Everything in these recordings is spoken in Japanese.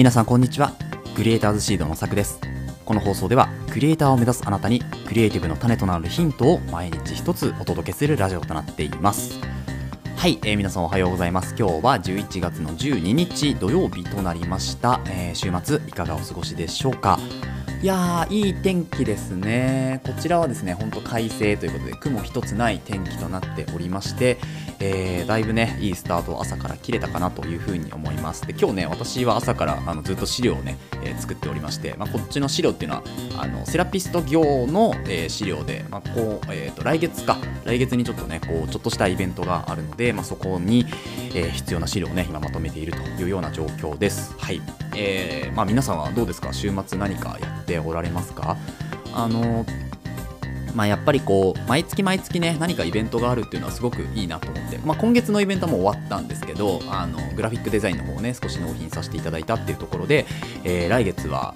皆さんこんにちは。クリエイターズシードのさくです。この放送ではクリエイターを目指すあなたにクリエイティブの種となるヒントを毎日一つお届けするラジオとなっています。はい、皆さんおはようございます。今日は11月の12日土曜日となりました。週末いかがお過ごしでしょうか。いやー、いい天気ですね。こちらはですね、ほんと快晴ということで雲一つない天気となっておりまして、だいぶねいいスタートを朝から切れたかなというふうに思います。で、今日ね私は朝からずっと資料をね、作っておりまして、こっちの資料っていうのはセラピスト業の、資料で、来月にちょっとねちょっとしたイベントがあるので、そこに、必要な資料をね今まとめているというような状況です。はい。皆さんはどうですか。週末何かやっておられますか。やっぱり毎月ね何かイベントがあるっていうのはすごくいいなと思って、今月のイベントも終わったんですけど、グラフィックデザインの方をね少し納品させていただいたっていうところで、来月は、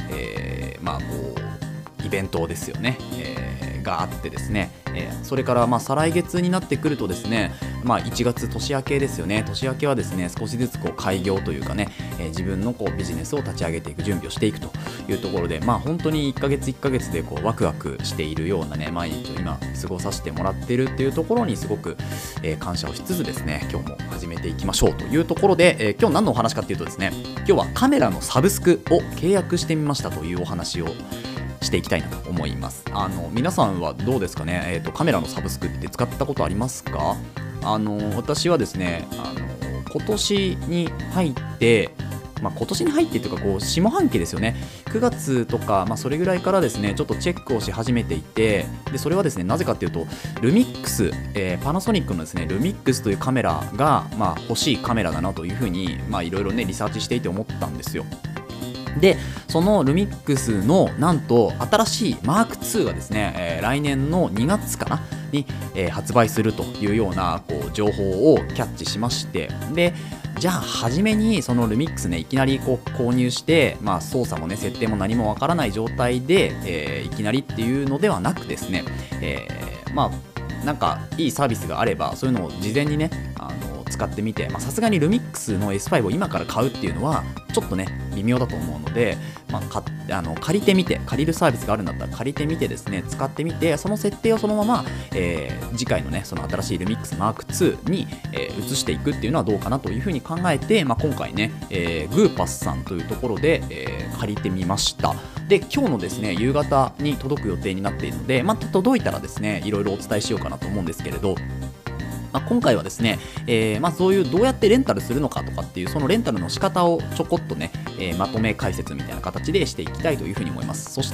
イベントですよね、があってですね、それから再来月になってくるとですね、1月年明けですよね。年明けはですね少しずつ開業というかね、自分のビジネスを立ち上げていく準備をしていくというところで、本当に1ヶ月1ヶ月でワクワクしているようなね毎日を今過ごさせてもらっているっていうところにすごく、感謝をしつつですね、今日も始めていきましょうというところで、今日何のお話かっていうとですね、今日はカメラのサブスクを契約してみましたというお話をしていきたいなと思います。皆さんはどうですかね。カメラのサブスクって使ったことありますか。私はですね今年に入ってというか下半期ですよね。9月とか、それぐらいからですねちょっとチェックをし始めていて、でそれはですねなぜかというとルミックス、パナソニックのですねルミックスというカメラが、欲しいカメラだなというふうにいろいろねリサーチしていて思ったんですよ。でそのルミックスのなんと新しいマーク2がですね、来年の2月かなに、発売するというような情報をキャッチしまして、でじゃあ初めにそのルミックスねいきなり購入して、操作もね設定も何もわからない状態で、いきなりっていうのではなくですね、なんかいいサービスがあればそういうのを事前にね使ってみて、さすがにルミックスの S5 を今から買うっていうのはちょっとね微妙だと思うので、借りてみて、借りるサービスがあるんだったら借りてみてですね使ってみて、その設定をそのまま、次回のねその新しいルミックスマーク2に、移していくっていうのはどうかなというふうに考えて、今回ね、グーパスさんというところで、借りてみました。で今日のですね夕方に届く予定になっているので、届いたらですねいろいろお伝えしようかなと思うんですけれど、今回はですね、そういうどうやってレンタルするのかとかっていうそのレンタルの仕方をちょこっとね、まとめ解説みたいな形でしていきたいというふうに思います。そして、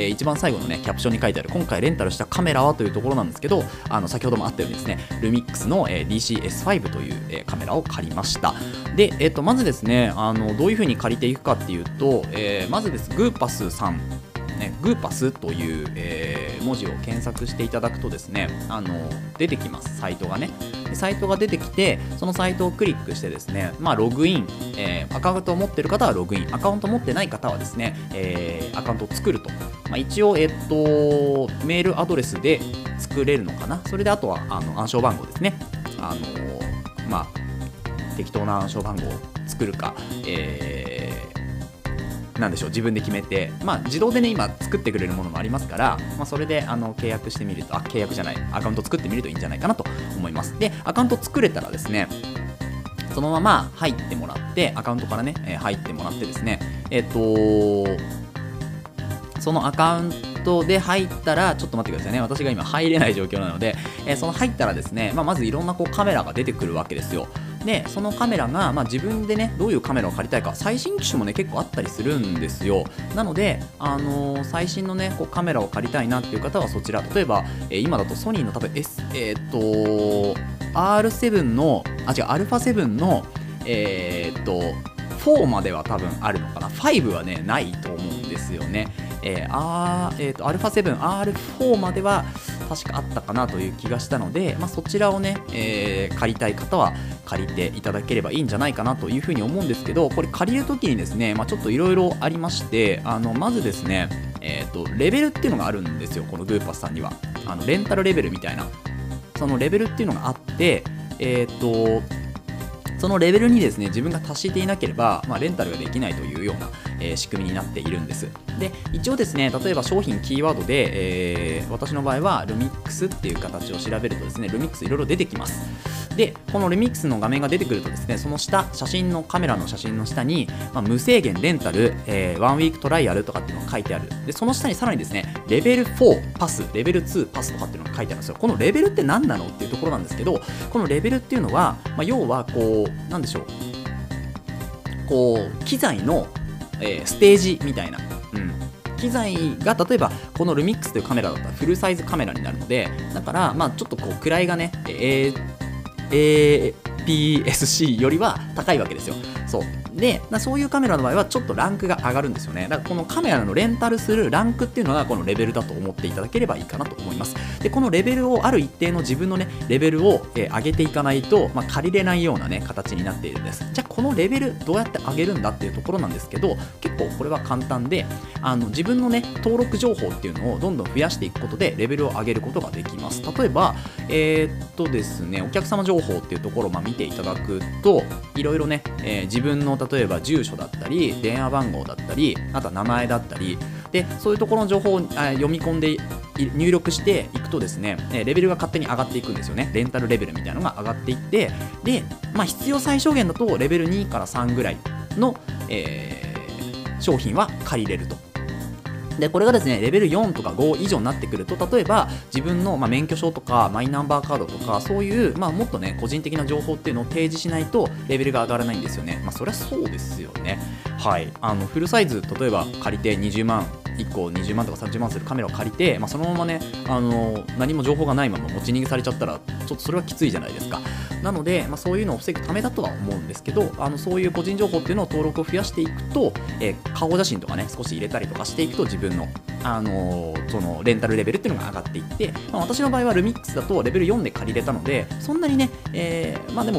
一番最後のねキャプションに書いてある今回レンタルしたカメラはというところなんですけど、先ほどもあったようにですねルミックスの、DCS5 という、カメラを借りました。で、まずですねどういうふうに借りていくかっていうと、まずですグーパスさんグーパスという、文字を検索していただくとですね出てきます。サイトがね、サイトが出てきて、そのサイトをクリックしてですね、ログイン、アカウントを持っている方はログイン、アカウントを持ってない方はですね、アカウントを作ると、一応、メールアドレスで作れるのかな。それであとは暗証番号ですね。適当な暗証番号を作るか、なんでしょう、自分で決めて、自動でね今作ってくれるものもありますから、それで契約してみると、アカウント作ってみるといいんじゃないかなと思います。でアカウント作れたらですねそのまま入ってもらって、アカウントからね、入ってもらってですねそのアカウントで入ったら、ちょっと待ってくださいね、私が今入れない状況なので、その入ったらですね、まずいろんなカメラが出てくるわけですよ。でそのカメラが、自分でねどういうカメラを借りたいか、最新機種もね結構あったりするんですよ。なので、最新のねカメラを借りたいなっていう方はそちら、例えば、今だとソニーの多分、R7 のα7 の4までは多分あるのかな。5はねないと思うんですよね。α7、R4 までは確かあったかなという気がしたので、そちらをね、借りたい方は借りていただければいいんじゃないかなというふうに思うんですけど、これ借りるときにですね、ちょっといろいろありまして、まずですね、レベルっていうのがあるんですよ。このグーパスさんにはレンタルレベルみたいなそのレベルっていうのがあって、そそのレベルにですね自分が達していなければ、レンタルができないというような、仕組みになっているんです。で一応ですね、例えば商品キーワードで、私の場合はルミックスっていう形を調べるとですね、ルミックスいろいろ出てきます。でこのルミックスの画面が出てくるとですね、その下、カメラの写真の下に、無制限レンタル、ワンウィークトライアルとかっていうのが書いてある。でその下にさらにですね、レベル4パス、レベル2パスとかっていうのが書いてあるんですよ。このレベルって何なのっていうところなんですけど、このレベルっていうのは、要はこうなんでしょう、こう機材の、ステージみたいな、機材が例えばこのルミックスというカメラだったらフルサイズカメラになるので、だからちょっとこう位がね、APS-C よりは高いわけですよ。そういうカメラの場合はちょっとランクが上がるんですよね。だからこのカメラのレンタルするランクっていうのがこのレベルだと思っていただければいいかなと思います。でこのレベルをある一定の自分のねレベルを、上げていかないと、借りれないようなね形になっているんです。じゃあこのレベルどうやって上げるんだっていうところなんですけど、結構これは簡単で、自分のね登録情報っていうのをどんどん増やしていくことでレベルを上げることができます。例えばですね、お客様情報っていうところを見ていただくと、いろいろね、自分の例えば住所だったり電話番号だったり、あとは名前だったりで、そういうところの情報を読み込んで入力していくとですね、レベルが勝手に上がっていくんですよね。レンタルレベルみたいなのが上がっていって、で、必要最小限だとレベル2から3ぐらいの、商品は借りれると。でこれがですねレベル4とか5以上になってくると、例えば自分の、免許証とかマイナンバーカードとか、そういう、もっとね個人的な情報っていうのを提示しないとレベルが上がらないんですよね。そりゃそうですよね。はい、フルサイズ例えば借りて20万1個20万とか30万するカメラを借りて、そのままね、何も情報がないまま持ち逃げされちゃったらちょっとそれはきついじゃないですか。なので、そういうのを防ぐためだとは思うんですけど、そういう個人情報っていうのを登録を増やしていくと、顔写真とかね少し入れたりとかしていくと、自分の、そのレンタルレベルっていうのが上がっていって、私の場合はルミックスだとレベル4で借りれたので、そんなにね、でも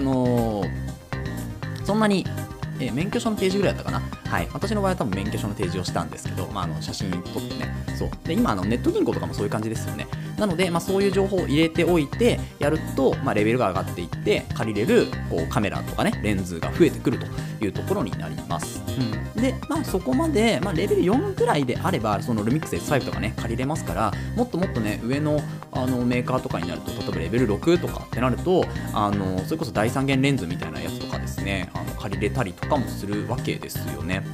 そんなに免許証の提示ぐらいだったかな。はい、私の場合は多分免許証の提示をしたんですけど、写真撮ってね。で今ネット銀行とかもそういう感じですよね。なので、そういう情報を入れておいてやると、レベルが上がっていって借りれるカメラとかねレンズが増えてくるというところになります。で、そこまで、レベル4ぐらいであればそのルミックス S5 とかね借りれますから、もっともっとね上のメーカーとかになると、例えばレベル6とかってなるとそれこそ第三元レンズみたいなやつとかですね借りれたりとかもするわけですよね。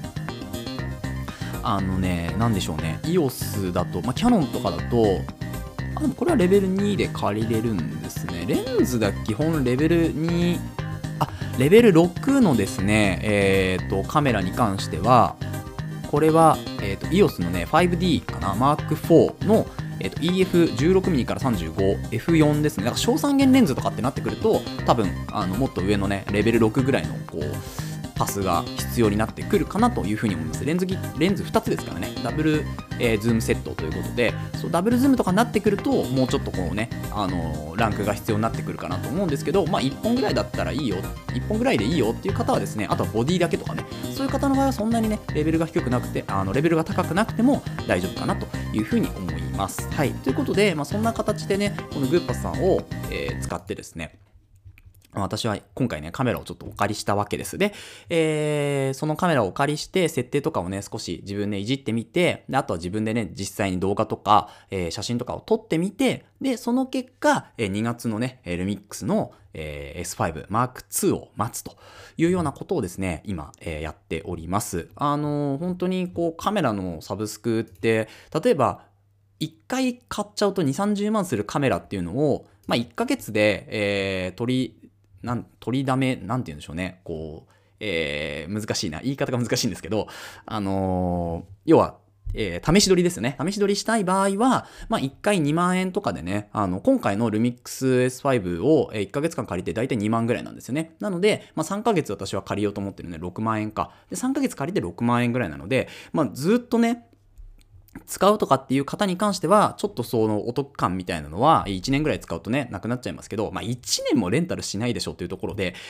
なんでしょうね、EOS だと、キヤノンとかだとこれはレベル2で借りれるんですね。レンズが基本レベル2、レベル6のですね、カメラに関しては、これは、EOS のね 5D かな、Mark IV の、EF16mm から 35F4 ですね。だから小三元レンズとかってなってくると、多分もっと上のねレベル6ぐらいのパスが必要になってくるかなというふうに思います。レンズ2つですからね、ダブル、ズームセットということで、ダブルズームとかになってくるともうちょっとランクが必要になってくるかなと思うんですけど、1本ぐらいだったらいいよ、1本ぐらいでいいよっていう方はですね、あとはボディだけとかね、そういう方の場合はそんなにねレベルが低くなくてレベルが高くなくても大丈夫かなというふうに思います。はい、ということで、そんな形でねこのグッパスさんを、使ってですね、私は今回ねカメラをちょっとお借りしたわけです。で、そのカメラをお借りして設定とかをね少し自分でいじってみて、であとは自分でね実際に動画とか、写真とかを撮ってみて、でその結果、2月のねルミックスの、S5 Mark II を待つというようなことをですね今、やっております。本当にカメラのサブスクって例えば1回買っちゃうと2、30万するカメラっていうのを、1ヶ月で、取りだめ、なんて言うんでしょうね。難しいな。言い方が難しいんですけど、要は、試し撮りですよね。試し撮りしたい場合は、1回2万円とかでね、今回のルミックス S5 を1ヶ月間借りて大体2万ぐらいなんですよね。なので、3ヶ月私は借りようと思ってるので6万円か。で、3ヶ月借りて6万円ぐらいなので、ずっとね、使うとかっていう方に関してはちょっとそのお得感みたいなのは1年ぐらい使うとねなくなっちゃいますけど、1年もレンタルしないでしょっていうところで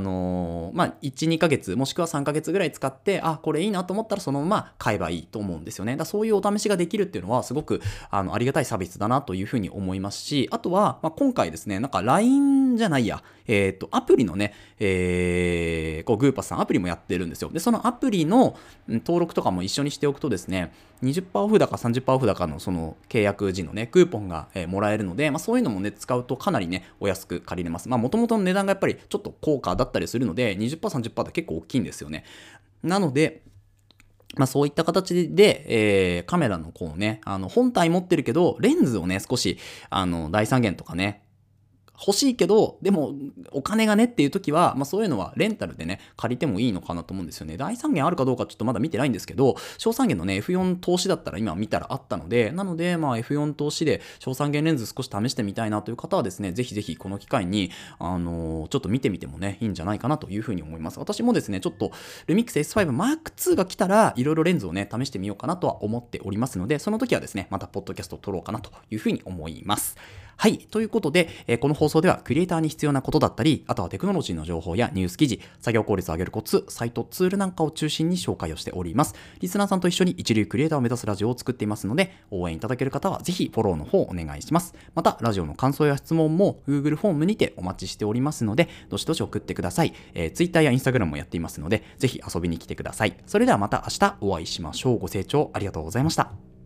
1、2ヶ月もしくは3ヶ月ぐらい使ってこれいいなと思ったらそのまま買えばいいと思うんですよね。そういうお試しができるっていうのはすごくありがたいサービスだなというふうに思いますし、あとは、今回ですねなんか LINE じゃないやアプリのね、こうグーパスさんアプリもやってるんですよ。で、そのアプリの登録とかも一緒にしておくとですね、20% オフだか 30% オフだかのその契約時のね、クーポンがもらえるので、そういうのもね、使うとかなりね、お安く借りれます。元々の値段がやっぱりちょっと高価だったりするので、20%、30% って結構大きいんですよね。なので、そういった形で、カメラのこうね、本体持ってるけど、レンズをね、少し、大三元とかね、欲しいけど、でもお金がねっていう時は、そういうのはレンタルでね、借りてもいいのかなと思うんですよね。大三元あるかどうかちょっとまだ見てないんですけど、小三元のね、F4 投資だったら今見たらあったので、なので、F4 投資で小三元レンズ少し試してみたいなという方はですね、ぜひぜひこの機会に、ちょっと見てみてもね、いいんじゃないかなというふうに思います。私もですね、ちょっとルミックス S5 Mark II が来たら、いろいろレンズをね、試してみようかなとは思っておりますので、その時はですね、またポッドキャストを撮ろうかなというふうに思います。はい。ということで、この放送ではクリエイターに必要なことだったり、あとはテクノロジーの情報やニュース記事、作業効率を上げるコツ、サイト、ツールなんかを中心に紹介をしております。リスナーさんと一緒に一流クリエイターを目指すラジオを作っていますので、応援いただける方はぜひフォローの方お願いします。また、ラジオの感想や質問も Google フォームにてお待ちしておりますので、どしどし送ってください。Twitter や Instagram もやっていますので、ぜひ遊びに来てください。それではまた明日お会いしましょう。ご清聴ありがとうございました。